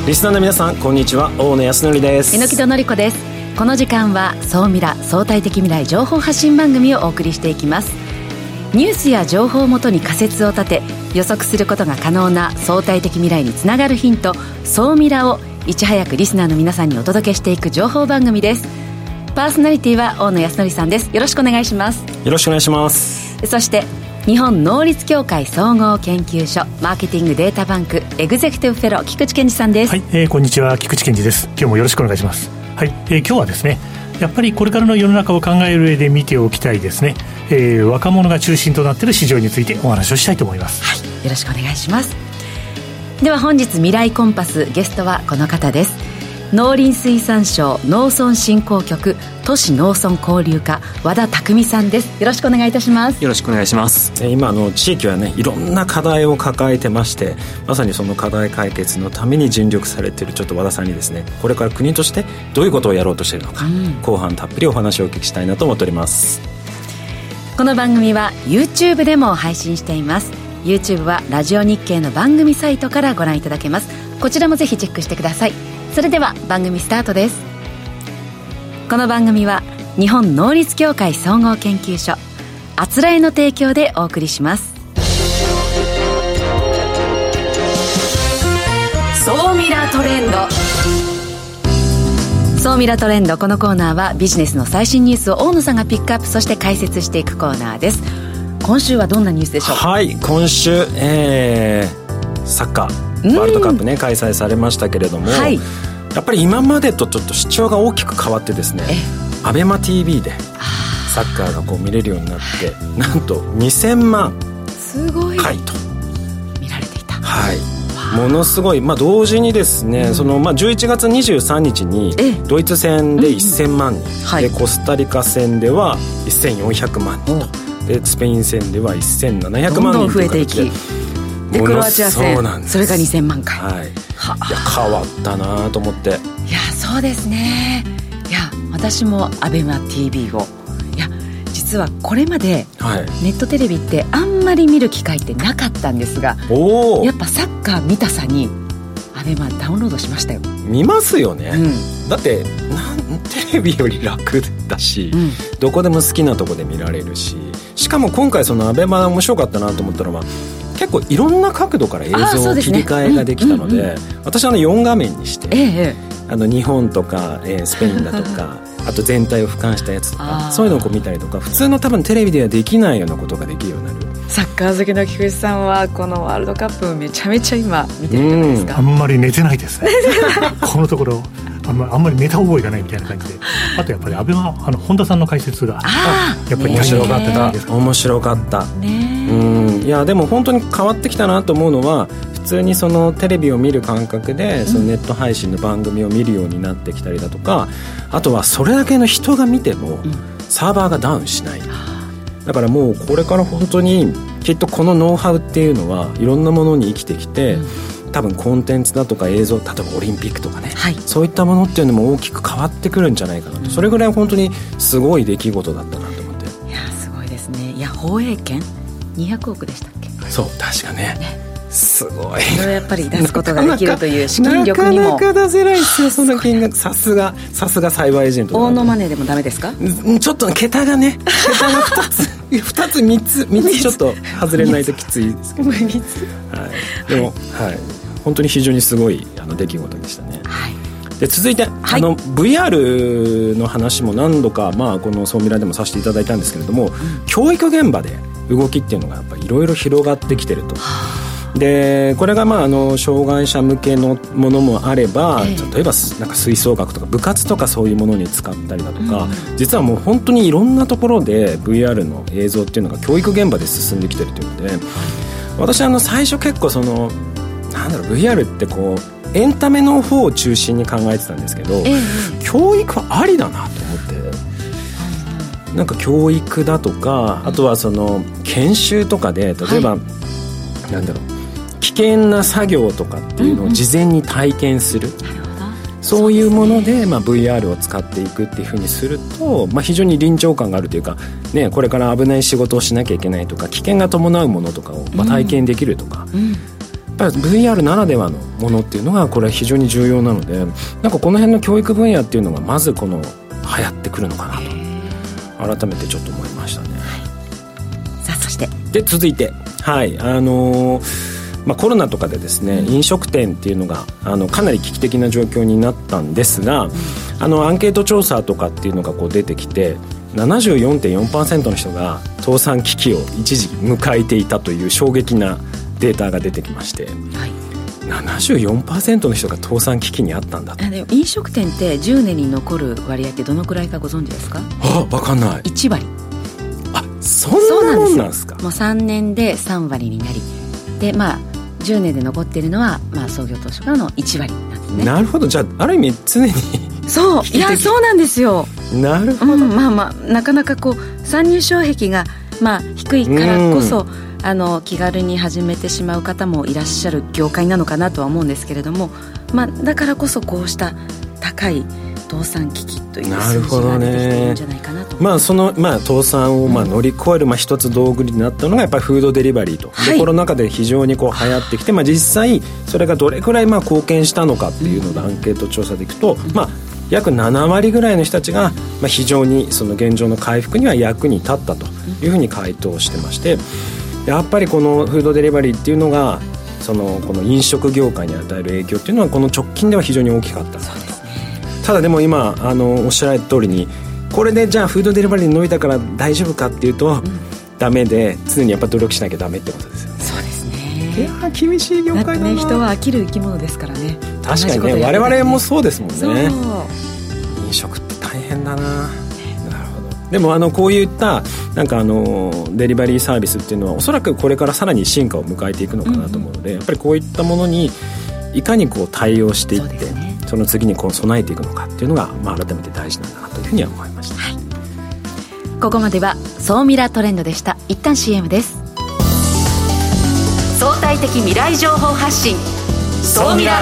リスナーの皆さんこんにちは、大野康則です。 榎戸典子です。この時間は総ミラ相対的未来情報発信番組をお送りしていきます。ニュースや情報をもとに仮説を立て予測することが可能な相対的未来につながるヒント、総ミラをいち早くリスナーの皆さんにお届けしていく情報番組です。パーソナリティは大野康則さんです。よろしくお願いします。 よろしくお願いします。 そして日本能率協会総合研究所マーケティングデータバンクエグゼクティブフェロー菊池健二さんです。 はい、こんにちは、菊池健二です。今日もよろしくお願いします。はい、今日はですね、やっぱりこれからの世の中を考える上で見ておきたいですね、若者が中心となっている市場についてお話をしたいと思います。 はい、よろしくお願いします。では本日未来コンパス、ゲストはこの方です。農林水産省農村振興局都市農村交流課和田匠さんです。よろしくお願いいたします。 よろしくお願いします。 今地域はね、いろんな課題を抱えてまして、まさにその課題解決のために尽力されているちょっと和田さんにですね、これから国としてどういうことをやろうとしているのか、後半たっぷりお話をお聞きしたいなと思っております。 この番組は YouTube でも配信しています。 YouTube はラジオ日経の番組サイトからご覧いただけます。こちらもぜひチェックしてください。それでは番組スタートです。この番組は日本能率協会総合研究所あつらえの提供でお送りします。総ミラトレンド。総ミラトレンド、このコーナーはビジネスの最新ニュースを大野さんがピックアップ、そして解説していくコーナーです。今週はどんなニュースでしょうか。 はい、今週、サッカーワールドカップね、開催されましたけれども、はい、やっぱり今までとちょっと主張が大きく変わってですね、アベマ TV でサッカーがこう見れるようになって、なんと2000万回と見られていた。 はい、ものすごい、同時にですね、11月23日にドイツ戦で1000万人、でコスタリカ戦では1400万人と、でスペイン戦では1700万人という形でどんどん増えていき、でクロアチア戦 それが2000万回、 はい、いや変わったなと思って。 いやそうですね。いや私もアベマ TV を、いや実はこれまでネットテレビってあんまり見る機会ってなかったんですが、やっぱサッカー見たさにアベマダウンロードしましたよ。 見ますよね、だってテレビより楽だし、どこでも好きなとこで見られるし、しかも今回そのアベマ面白かったなと思ったのは、結構いろんな角度から映像を切り替えができたので、私は4画面にして、日本とか、スペインだとかあと全体を俯瞰したやつとか、そういうのをこう見たりとか、普通の多分テレビではできないようなことができるようになる。 サッカー好きの菊池さんはこのワールドカップめちゃめちゃ今見てるじゃないですか。 あんまり寝てないですねこのところあんまり寝た覚えがないみたいな感じで、あとやっぱりアベマ本田さんの解説がやっぱり面白かった面白かったいやでも本当に変わってきたなと思うのは、普通にそのテレビを見る感覚でそのネット配信の番組を見るようになってきたりだとか、あとはそれだけの人が見てもサーバーがダウンしない。だからもうこれから本当にきっとこのノウハウっていうのはいろんなものに生きてきて、多分コンテンツだとか映像、例えばオリンピックとかね、そういったものっていうのも大きく変わってくるんじゃないかなと、それぐらい本当にすごい出来事だったなと思って。 いやすごいですね。いや放映権200億でしたっけ。 そう確かねすごい。 それをやっぱり出すことができるという資金力にもなかなか出せないですよ、その金額。さすがサイバーエージェント。 大野マネーでもダメですか。 ちょっと桁が2つ3つちょっと外れないときついですけど、でも、本当に非常にすごい出来事でしたね。で続いて、VR の話も何度か、この総ミラでもさせていただいたんですけれども、教育現場で動きっていうのがやっぱりいろいろ広がってきてると。でこれが障害者向けのものもあれば、例えばなんか吹奏楽とか部活とかそういうものに使ったりだとか、実はもう本当にいろんなところで VR の映像っていうのが教育現場で進んできてるというので、私最初結構VR ってこうエンタメの方を中心に考えてたんですけど、教育はありだなと思って、なんか教育だとか、あとはその研修とかで例えば、危険な作業とかっていうのを事前に体験する、そういうもので、VR を使っていくっていう風にすると、非常に臨場感があるというか、これから危ない仕事をしなきゃいけないとか危険が伴うものとかを体験できるとか、 ぱり VR ならではのものっていうのがこれは非常に重要なので、なんかこの辺の教育分野っていうのがまずこの流行ってくるのかなと改めてちょっと思いましたね。 さあそしてで続いてはいコロナとかでですね、飲食店っていうのがかなり危機的な状況になったんですが、アンケート調査とかっていうのがこう出てきて 74.4% の人が倒産危機を一時迎えていたという衝撃なデータが出てきまして、はい、74% の人が倒産危機にあったんだと。 でも飲食店って10年に残る割合ってどのくらいかご存知ですか？ 分かんない。 1割。 そんなもんなんですか？ もう3年で3割になりで、10年で残っているのは、創業当初からの1割なんですね。 なるほど。じゃあある意味常にそういやそうなんですよ。 なるほど、 なかなかこう参入障壁が低いからこそ、気軽に始めてしまう方もいらっしゃる業界なのかなとは思うんですけれども、だからこそこうした高い倒産危機という数字が出てきているんじゃないかなと。 倒産を乗り越える一つ道具になったのがやっぱりフードデリバリーと、でコロナ禍で非常にこう流行ってきて、実際それがどれくらい貢献したのかっていうのでアンケート調査でいくと、約7割ぐらいの人たちが、非常にその現状の回復には役に立ったというふうに回答してまして、やっぱりこのフードデリバリーっていうのがこの飲食業界に与える影響っていうのはこの直近では非常に大きかった。そうですね。ただでも今おっしゃられた通りにこれでじゃあフードデリバリーに伸びたから大丈夫かっていうと、ダメで常にやっぱ努力しなきゃダメってことですよね。 そうですね。 いや厳しい業界だな。 だって人は飽きる生き物ですからね。 確かにね、我々もそうですもんね。 そう、 飲食って大変だな。なるほど。でもこういったなんかデリバリーサービスっていうのはおそらくこれからさらに進化を迎えていくのかなと思うので、やっぱりこういったものにいかにこう対応していって、その次にこう備えていくのかっていうのが、改めて大事なんだなというふうには思いました。はい、 ここまでは総ミラトレンドでした。一旦 CM です。相対的未来情報発信総ミラ。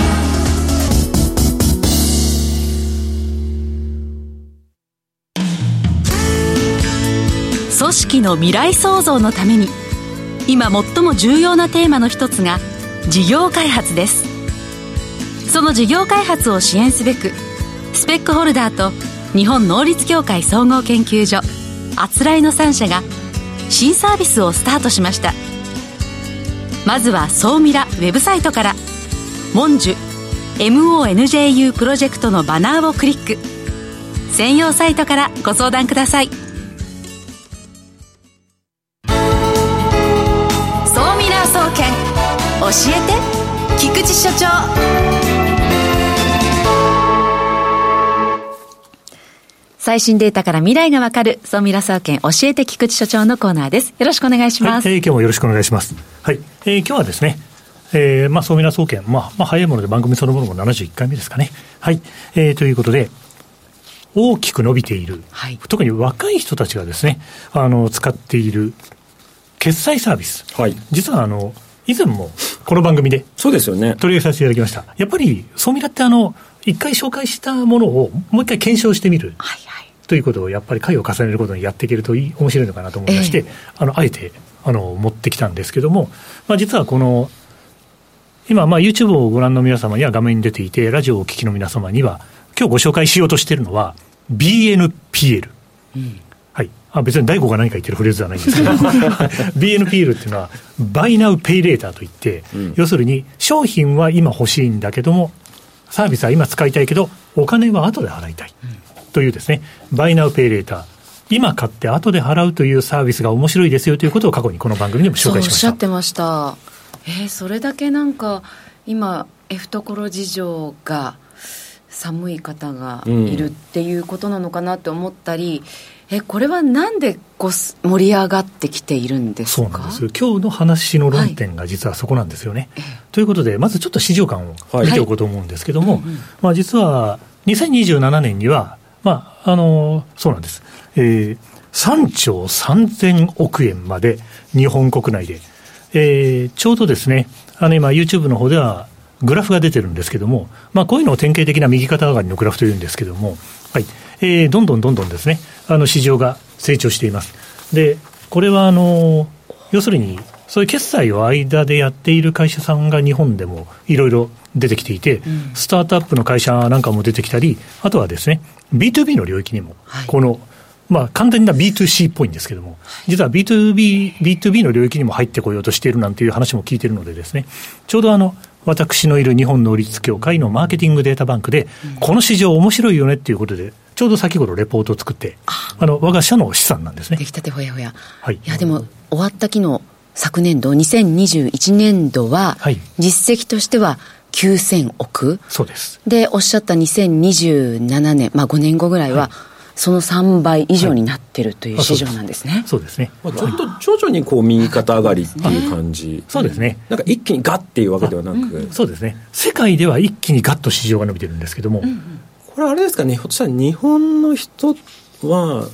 組織の未来創造のために今最も重要なテーマの一つが事業開発です。その事業開発を支援すべくスペックホルダーと日本能率協会総合研究所あつらいの3社が新サービスをスタートしました。まずは総ミラウェブサイトからモンジュ MONJU プロジェクトのバナーをクリック。専用サイトからご相談ください。総ミラ総研教えて菊池所長。最新データから未来がわかる総ミラ総研教えて菊池所長のコーナーです。よろしくお願いします。 今日もよろしくお願いします。はい、今日はですね、総ミラ総研、早いもので番組そのものも71回目ですかね。はい、ということで大きく伸びている、特に若い人たちがですね使っている決済サービス、実は以前もこの番組でそうですよね取り上げさせていただきました。やっぱり総ミラって一回紹介したものをもう一回検証してみる、ということをやっぱり回を重ねることにやっていけると面白いのかなと思いまして、あえて持ってきたんですけども、実はこの今YouTube をご覧の皆様には画面に出ていて、ラジオをお聞きの皆様には今日ご紹介しようとしているのは BNPL、はい、別に大悟が何か言ってるフレーズではないんですけどBNPL っていうのはバイナウペイレーターといって、要するに商品は今欲しいんだけどもサービスは今使いたいけどお金は後で払いたい、というですね、バイナウペイレーター、今買って後で払うというサービスが面白いですよということを過去にこの番組でも紹介しました。 そうおっしゃってました。それだけなんか今懐事情が寒い方がいるっていうことなのかなって思ったり、これはなんで盛り上がってきているんですか？ そうなんです。今日の話の論点が実はそこなんですよね。ということでまずちょっと市場感を見ておこうと思うんですけども、実は2027年にはそうなんです、3兆3000億円まで日本国内で、ちょうどですね今 YouTube の方ではグラフが出てるんですけども、こういうのを典型的な右肩上がりのグラフというんですけども、どんどんですね市場が成長しています。でこれは要するにそういう決済を間でやっている会社さんが日本でもいろいろ出てきていて、スタートアップの会社なんかも出てきたり、あとはですね、B2B の領域にも、この、簡単な B2C っぽいんですけども、実は B2B の領域にも入ってこようとしているなんていう話も聞いているのでですね、ちょうど私のいる日本能率協会のマーケティングデータバンクで、この市場面白いよねっていうことで、ちょうど先頃レポートを作って、我が社の資産なんですね。 出来たてほやほや。いや、でも、終わった昨年度、2021年度は、実績としては9000億。 そうです。 で、おっしゃった2027年、5年後ぐらいは、その3倍以上になってるという市場なんですね。 そうですね。 ちょっと徐々に右肩上がりっていう感じ。 そうですね。 なんか一気にガッっていうわけではなく。 そうですね。世界では一気にガッと市場が伸びてるんですけども。 これあれですかね、ひょっとしたら日本の人は、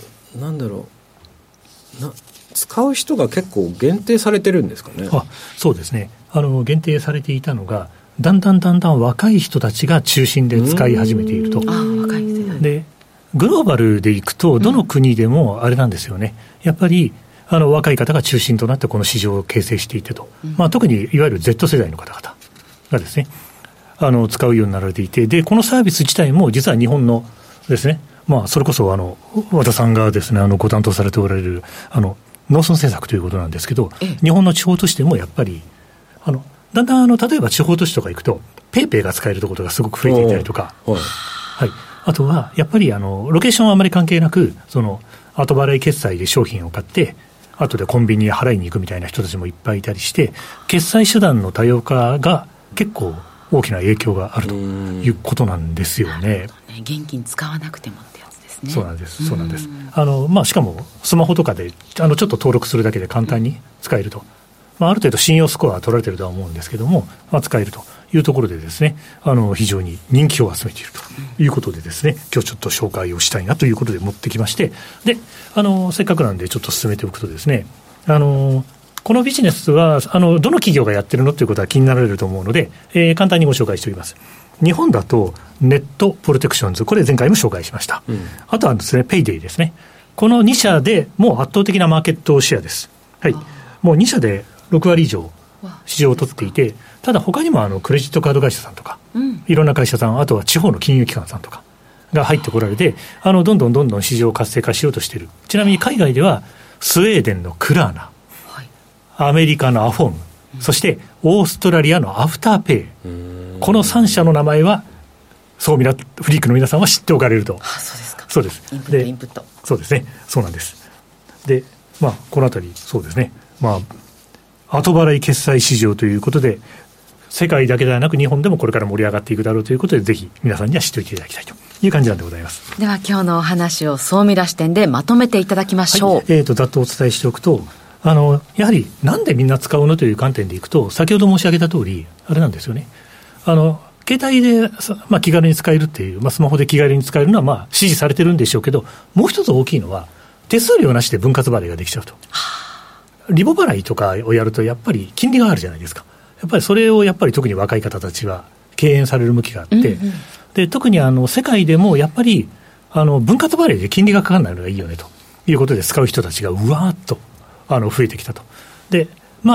使う人が結構限定されてるんですかね。 そうですね。限定されていたのが、だんだん若い人たちが中心で使い始めていると。 若い人で、グローバルでいくと、どの国でもあれなんですよね。やっぱり、若い方が中心となってこの市場を形成していてと。特にいわゆる Z 世代の方々がですね、使うようになられていて、で、このサービス自体も実は日本のですね、それこそ和田さんがですね、ご担当されておられる、農村政策ということなんですけど、日本の地方都市でもやっぱり、だんだん例えば地方都市とか行くと、ペイペイが使えるところがすごく増えていたりとか、あとは、やっぱりロケーションはあまり関係なく、後払い決済で商品を買って、後でコンビニへ払いに行くみたいな人たちもいっぱいいたりして、決済手段の多様化が結構大きな影響があるということなんですよね。 現金使わなくてもってやつですね。 そうなんです。そうなんです。しかもスマホとかでちょっと登録するだけで簡単に使えると。ある程度信用スコアは取られているとは思うんですけども、使えるというところでですね、非常に人気を集めているということでですね、今日ちょっと紹介をしたいなということで持ってきまして、で、せっかくなんでちょっと進めておくとですね、このビジネスはどの企業がやってるのということは気になられると思うので、簡単にご紹介しております。日本だとネットプロテクションズ、これ前回も紹介しました。あとはですね、ペイデイですね。この2社でもう圧倒的なマーケットシェアです。もう2社で6割以上市場を取っていて、ただ他にもクレジットカード会社さんとか、いろんな会社さん、あとは地方の金融機関さんとかが入ってこられて、どんどん市場を活性化しようとしている。ちなみに海外ではスウェーデンのクラーナ、アメリカのアフォーム、そしてオーストラリアのアフターペイ、この3社の名前は総ミラフリークの皆さんは知っておかれると。 そうですか。 そうです。 インプット。 そうですね。そうなんです。で、このあたりそうですね。後払い決済市場ということで、世界だけではなく日本でもこれから盛り上がっていくだろうということで、ぜひ皆さんには知っておいていただきたいという感じなんでございます。 では今日のお話を総ミラ視点でまとめていただきましょう。 ざっとお伝えしておくと、やはりなんでみんな使うのという観点でいくと、先ほど申し上げた通り、あれなんですよね。携帯で、気軽に使えるっていう、スマホで気軽に使えるのは支持されてるんでしょうけど、もう一つ大きいのは、手数料なしで分割払いができちゃうと。リボ払いとかをやるとやっぱり金利があるじゃないですか。やっぱりそれをやっぱり特に若い方たちは敬遠される向きがあって、で特に世界でもやっぱり分割払いで金利がかからないのがいいよねということで使う人たちがうわーっと増えてきたと。で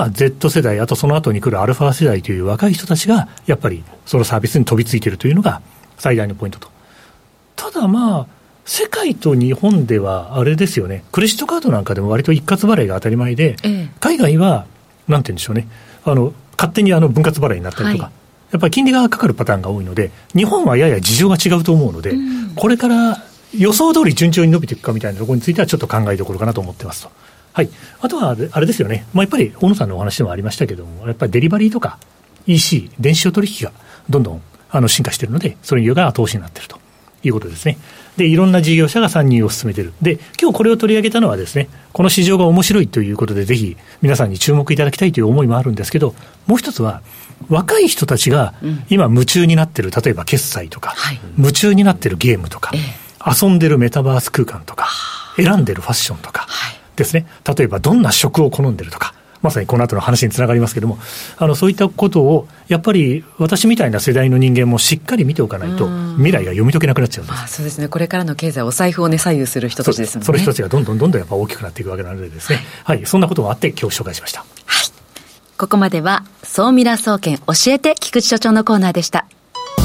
Z 世代、あとその後に来るアルファ世代という若い人たちがやっぱりそのサービスに飛びついているというのが最大のポイントと。ただ世界と日本ではあれですよね、クレジットカードなんかでも割と一括払いが当たり前で、海外はなんて言うんでしょうね、勝手に分割払いになったりとか、やっぱり金利がかかるパターンが多いので、日本はやや事情が違うと思うので、これから予想通り順調に伸びていくかみたいなところについてはちょっと考えどころかなと思ってますと。あとはあれですよね、やっぱり大野さんのお話でもありましたけども、やっぱりデリバリーとか EC、電子商取引がどんどん進化しているので、それが後押しになっているということですね。で、いろんな事業者が参入を進めている。で、今日これを取り上げたのはですね、この市場が面白いということで、ぜひ皆さんに注目いただきたいという思いもあるんですけど、もう一つは、若い人たちが今夢中になっている、例えば決済とか、夢中になっているゲームとか、遊んでるメタバース空間とか、選んでるファッションとかですね、例えばどんな食を好んでるとか、まさにこの後の話につながりますけども、そういったことをやっぱり私みたいな世代の人間もしっかり見ておかないと未来が読み解けなくなっちゃうんです。 そうですね。これからの経済、お財布を左右する人たちですもんね。 その人たちがどんどんやっぱ大きくなっていくわけなのでですね、そんなこともあって今日紹介しました。 ここまでは総ミラ総研教えて菊池所長のコーナーでした。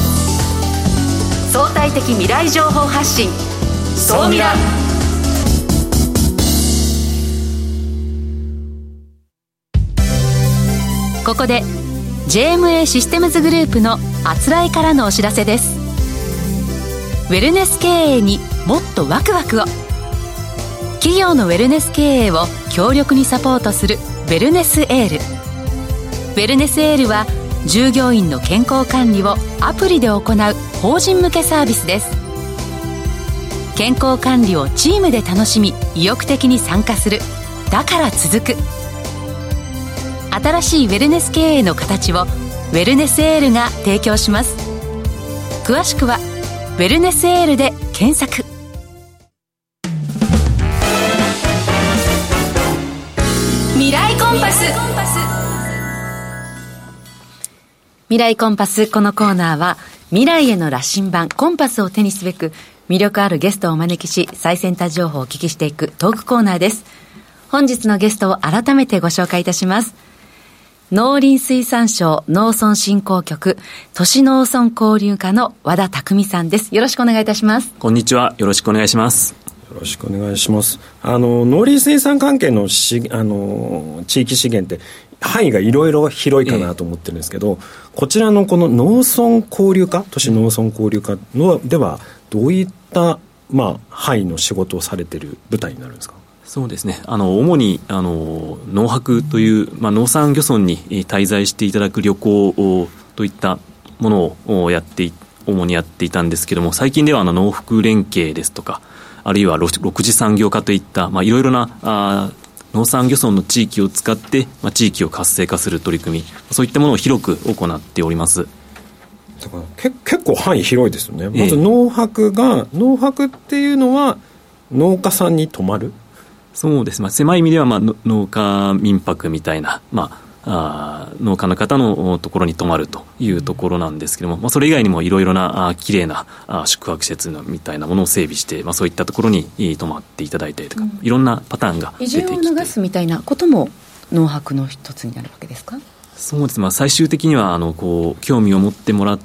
相対的未来情報発信、総ミラ。ここで JMA システムズグループのあつらいからのお知らせです。ウェルネス経営にもっとワクワクを。企業のウェルネス経営を強力にサポートするウェルネスエール。ウェルネスエールは従業員の健康管理をアプリで行う法人向けサービスです。健康管理をチームで楽しみ、意欲的に参加する。だから続く。新しいウェルネス経営の形をウェルネスエールが提供します。詳しくはウェルネスエールで検索。未来コンパス。未来コンパス。このコーナーは未来への羅針盤コンパスを手にすべく魅力あるゲストをお招きし、最先端情報をお聞きしていくトークコーナーです。本日のゲストを改めてご紹介いたします。農林水産省農村振興局都市農村交流課の和田匠さんです。よろしくお願いいたします。 こんにちは、よろしくお願いします。 よろしくお願いします。農林水産関係の地域資源って範囲がいろいろ広いかなと思ってるんですけど、こちらのこの農村交流課、都市農村交流課のではどういった、範囲の仕事をされている部隊になるんですか？ そうですね、主に農泊という、農産漁村に滞在していただく旅行といったものを主にやっていたんですけども、最近では農福連携ですとか、あるいは6次産業化といった、いろいろな農産漁村の地域を使って、地域を活性化する取り組み、そういったものを広く行っております。 だから結構範囲広いですよね。まず農泊っていうのは農家さんに泊まる？ そうです、狭い意味では、農家民泊みたいな、農家の方のところに泊まるというところなんですけども、それ以外にもいろいろなきれいな宿泊施設みたいなものを整備して、そういったところに泊まっていただいたりとか、いろんなパターンが出てきて、 移住を促すみたいなことも農泊の一つになるわけですか？ そうです、最終的には興味を持ってもらって、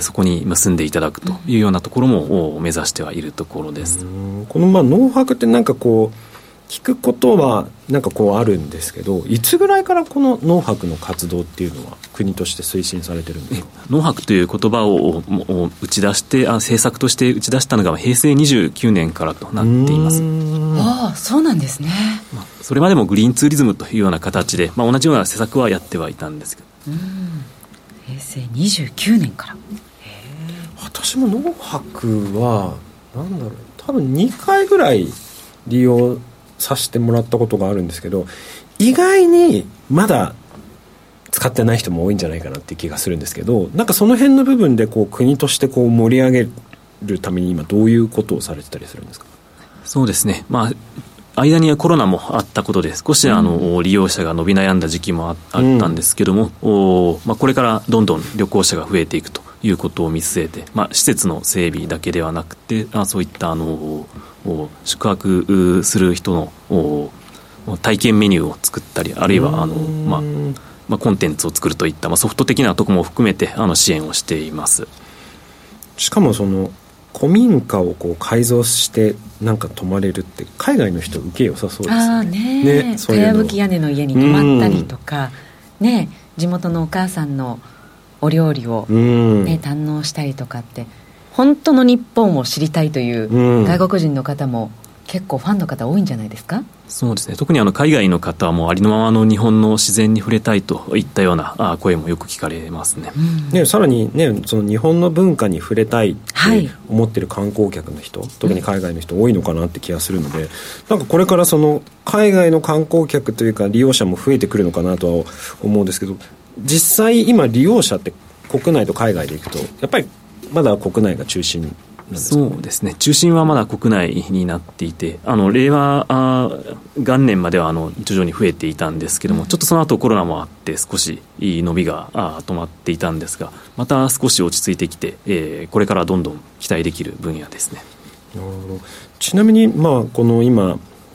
そこに住んでいただくというようなところも目指してはいるところです。 この農泊ってなんか聞くことはなんかあるんですけど、いつぐらいからこの農泊の活動っていうのは国として推進されてるんですか？ 農泊という言葉を打ち出して政策として打ち出したのが平成29年からとなっています。 ああ、そうなんですね。 それまでもグリーンツーリズムというような形で、同じような施策はやってはいたんですけど、 平成29年から。 私も農泊は多分2回ぐらい利用させてもらったことがあるんですけど、意外にまだ使ってない人も多いんじゃないかなっていう気がするんですけど、なんかその辺の部分で国として盛り上げるために今どういうことをされてたりするんですか？ そうですね、間にはコロナもあったことで少し利用者が伸び悩んだ時期もあったんですけども、これからどんどん旅行者が増えていくということを見据えて、施設の整備だけではなくて、そういった宿泊する人の体験メニューを作ったり、あるいはコンテンツを作るといったソフト的なところも含めて支援をしています。 しかも古民家を改造してなんか泊まれるって海外の人受け良さそうですね。 かやぶき屋根の家に泊まったりとか、地元のお母さんのお料理を、堪能したりとかって、本当の日本を知りたいという外国人の方も結構ファンの方多いんじゃないですか？ そうですね、特に海外の方はもうありのままの日本の自然に触れたいといったような声もよく聞かれますね。 さらにその日本の文化に触れたいって思ってる観光客の人、特に海外の人多いのかなって気がするので、なんかこれから海外の観光客というか利用者も増えてくるのかなとは思うんですけど、実際今利用者って国内と海外で行くとやっぱりまだ国内が中心なんですかね？ そうですね、中心はまだ国内になっていて、令和元年までは徐々に増えていたんですけども、ちょっとその後コロナもあって少し伸びが止まっていたんですが、また少し落ち着いてきて、これからどんどん期待できる分野ですね。 なるほど。ちなみにこの今、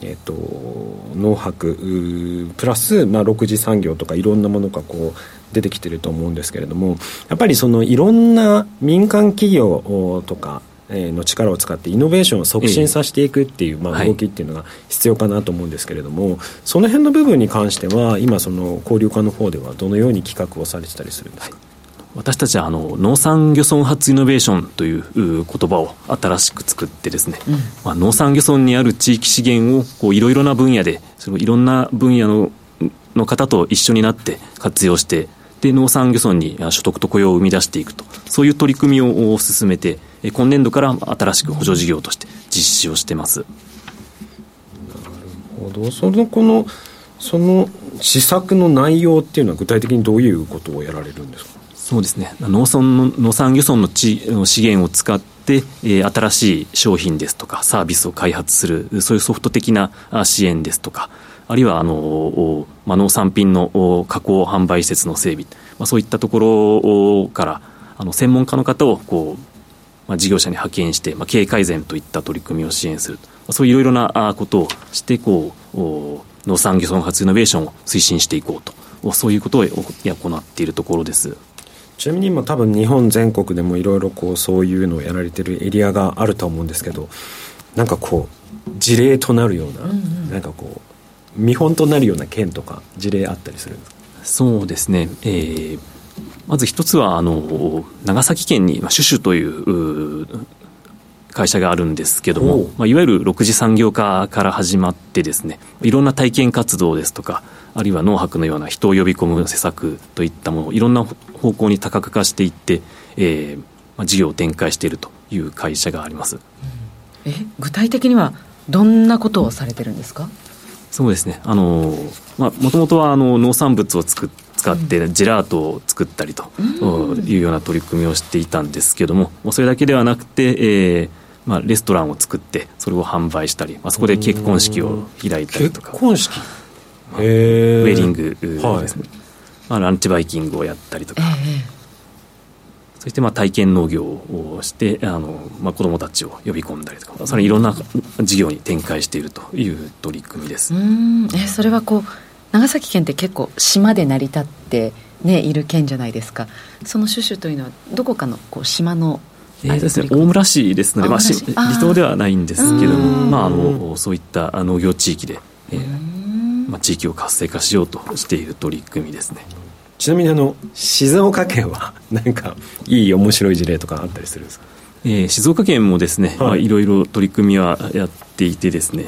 農泊プラス、6次産業とかいろんなものがこう出てきてると思うんですけれども、やっぱりそのいろんな民間企業とかの力を使ってイノベーションを促進させていくっていう、動きっていうのが必要かなと思うんですけれども、その辺の部分に関しては今その交流課の方ではどのように企画をされてたりするんですか？ 私たちは農産漁村発イノベーションという言葉を新しく作ってですね、農産漁村にある地域資源をこういろいろな分野でいろんな分野の方と一緒になって活用して、で農産漁村に所得と雇用を生み出していくと、そういう取り組みを進めて今年度から新しく補助事業として実施をしています。なるほど。その施策の内容っていうのは具体的にどういうことをやられるんですか？ そうですね、農産漁村の資源を使って、新しい商品ですとかサービスを開発する、そういうソフト的な支援ですとか、あるいは農産品の加工販売施設の整備、そういったところから専門家の方をこう、事業者に派遣して、経営改善といった取り組みを支援する、そういういろいろなことをしてこう農産漁村発イノベーションを推進していこうと、そういうことを行っているところです。 ちなみに今多分日本全国でもいろいろこうそういうのをやられてるエリアがあると思うんですけど、なんかこう事例となるような、なんかこう見本となるような県とか事例あったりするんですか？ そうですね、まず一つは長崎県にシュシュという会社があるんですけども、いわゆる6次産業化から始まってですね、いろんな体験活動ですとか、あるいは農泊のような人を呼び込む施策といったものをいろんな方向に多角化していって、事業を展開しているという会社があります。 具体的にはどんなことをされてるんですか？ そうですね、もともとは農産物を使ってジェラートを作ったりというような取り組みをしていたんですけども、それだけではなくて、レストランを作ってそれを販売したり、そこで結婚式を開いたりとか、 結婚式、 ウェディングですね、ランチバイキングをやったりとか、そして体験農業をして子どもたちを呼び込んだりとか、それいろんな事業に展開しているという取り組みです。 それはこう長崎県って結構島で成り立って、いる県じゃないですか。そのシュシュというのはどこかのこう島のですね、大村市ですので、離島ではないんですけども、そういった農業地域で、地域を活性化しようとしている取り組みですね。 ちなみに静岡県は何かいい面白い事例とかあったりするんですか？ 静岡県もですね、いろいろ取り組みはやっていてですね、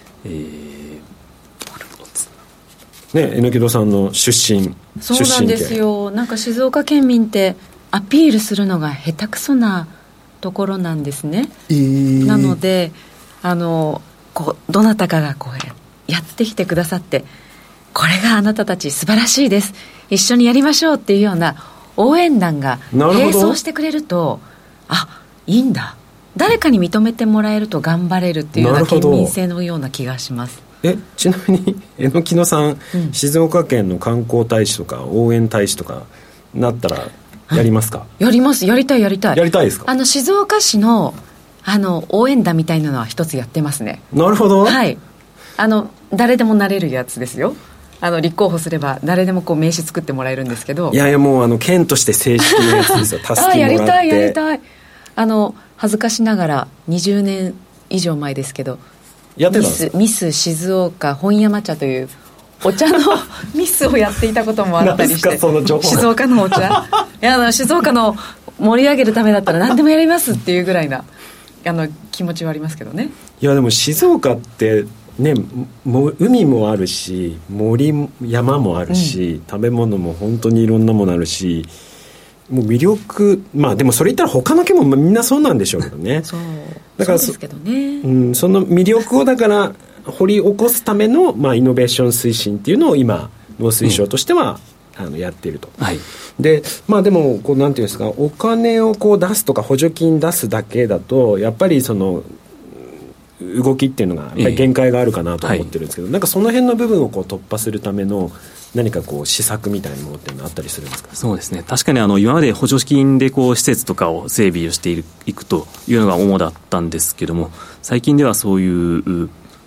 榎戸さんの出身そうなんですよ。なんか静岡県民ってアピールするのが下手くそなところなんですね。なのでこうどなたかがこうやってきてくださって、これがあなたたち素晴らしいです、一緒にやりましょうっていうような応援団が並走してくれると、いいんだ、誰かに認めてもらえると頑張れるっていうような県民性のような気がします。 ちなみに榎戸さん、静岡県の観光大使とか応援大使とかなったらやりますか？ やります。やりたい。やりたいですか？ 静岡市の応援団みたいなのは一つやってますね。 なるほど。 はい、誰でもなれるやつですよ。立候補すれば誰でもこう名刺作ってもらえるんですけど、 いやもう県として正式なやつですよ。助けもらってやりたい恥ずかしながら20年以上前ですけど、 やってたんですか？ ミス静岡本山茶というお茶のミスをやっていたこともあったりして、 その情報静岡のお茶静岡の盛り上げるためだったら何でもやりますっていうぐらいな気持ちはありますけどね。 いやでも静岡ってね、もう海もあるし山もあるし、食べ物も本当にいろんなものあるし、もう魅力、でもそれ言ったら他の県もみんなそうなんでしょうけどね。そうですけどね、 その魅力をだから掘り起こすための、イノベーション推進っていうのを今農水省としては、やっていると、ででもこうなんていうんですか、お金をこう出すとか補助金出すだけだとやっぱりその動きっていうのがやっぱり限界があるかなと思ってるんですけど、なんかその辺の部分をこう突破するための何かこう施策みたいなものっていうのはあったりするんですか？ そうですね、確かに今まで補助金でこう施設とかを整備をしていくというのが主だったんですけども、最近ではそういう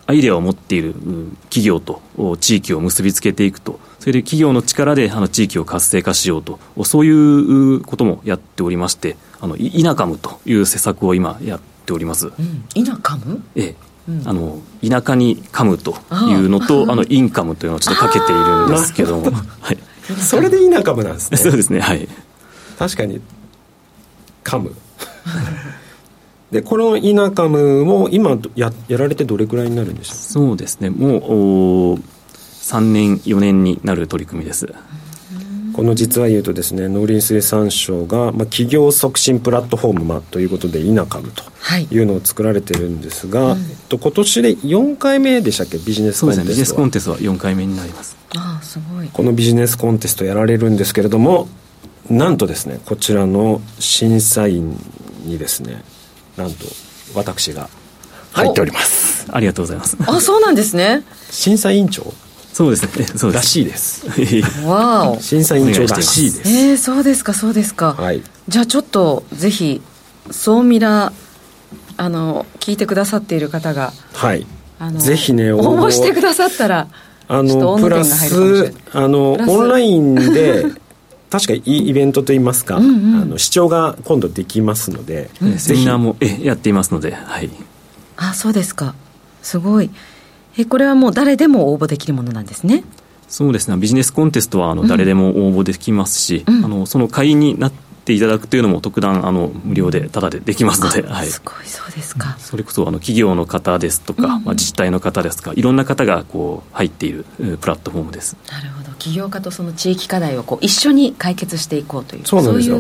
アイデアを持っている企業と地域を結びつけていくと、それで企業の力で地域を活性化しようと、そういうこともやっておりまして、イナカムという施策を今やっております。 イナカム？ ええ、田舎にカムというのとインカムというのをちょっとかけているんですけども、はい、 それでイナカムなんですね。 そうですね、はい、確かにカムでこのイナカムも今 やられてどれくらいになるんでしょうか。 そうですね、もう3年4年になる取り組みです。 この実は言うとですね、農林水産省が、企業促進プラットフォーム、ということでイナカムというのを作られてるんですが、今年で4回目でしたっけ、ビジネスコンテストは。そうですね、ビジネスコンテストは4回目になります。 すごい。 このビジネスコンテストやられるんですけれども、なんとですね、こちらの審査員にですね、なんと私が入っております。 ありがとうございます。 そうなんですね。 審査委員長。 そうですね、そうですらしいです。 わお。 審査委員長らしいです。 そうですか、そうですか。 はい。 じゃあちょっとぜひ総ミラ聞いてくださっている方が、 はい、ぜひね応募してくださったらプラスオンラインで確かイベントといいますか、視聴が今度できますので、 セミナーもやっていますので、はい。 そうですか、すごい。これはもう誰でも応募できるものなんですね。 そうですね、ビジネスコンテストは誰でも応募できますし、その会員になっていただくというのも特段無料でタダでできますので、はい、 すごい、そうですか。 それこそ企業の方ですとか、自治体の方ですとか、いろんな方が入っているプラットフォームです。 なるほど。起業家とその地域課題を一緒に解決していこうという、 そういう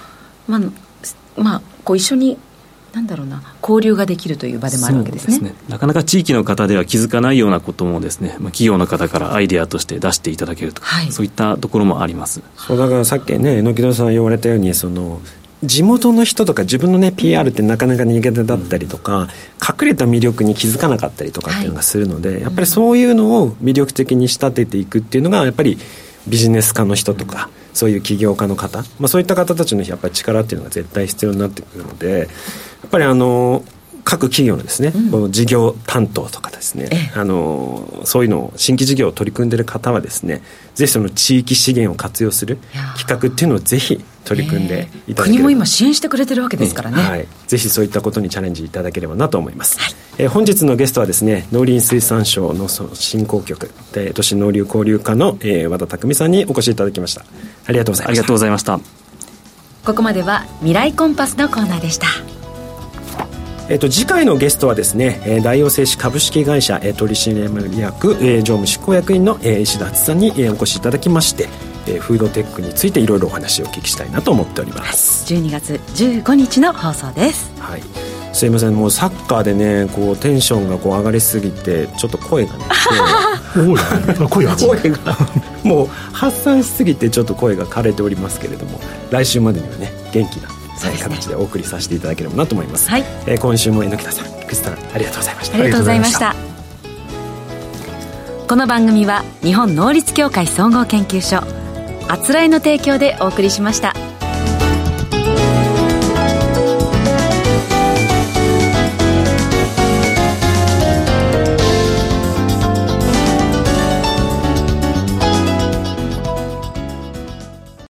一緒に交流ができるという場でもあるわけですね。 そうですね、なかなか地域の方では気づかないようなこともですね、企業の方からアイデアとして出していただけるとか、そういったところもあります。 そうだからさっきね、榎戸さん言われたように、地元の人とか自分のね PR ってなかなか苦手だったりとか、隠れた魅力に気づかなかったりとかっていうのがするので、やっぱりそういうのを魅力的に仕立てていくっていうのがやっぱりビジネス家の人とか、そういう起業家の方、そういった方たちのやっぱり力っていうのが絶対必要になってくるので、やっぱり各企業のですね、この事業担当とかですね、そういうのを新規事業を取り組んでいる方はですね、ぜひその地域資源を活用する企画っていうのをぜひ取り組んでいただければ、 国も今支援してくれてるわけですからね、 はい、ぜひそういったことにチャレンジいただければなと思います。本日のゲストはですね、農林水産省の振興局で都市農林交流課の、和田匠さんにお越しいただきました。ありがとうございました。 ありがとうございました。 ここまでは未来コンパスのコーナーでした。 次回のゲストはですね、大王製紙株式会社取締役常務執行役員の石田敦さんにお越しいただきまして、フードテックについていろいろお話をお聞きしたいなと思っております。 12月15日の放送です。 はい、すいません、もうサッカーでねテンションが上がりすぎてちょっと声がね声がもう発散しすぎてちょっと声が枯れておりますけれども、来週までにはね元気な形でお送りさせていただければなと思います。はい、今週も榎田さん、菊池さん、ありがとうございました。 ありがとうございました。この番組は日本能率協会総合研究所あつらいの提供でお送りしました。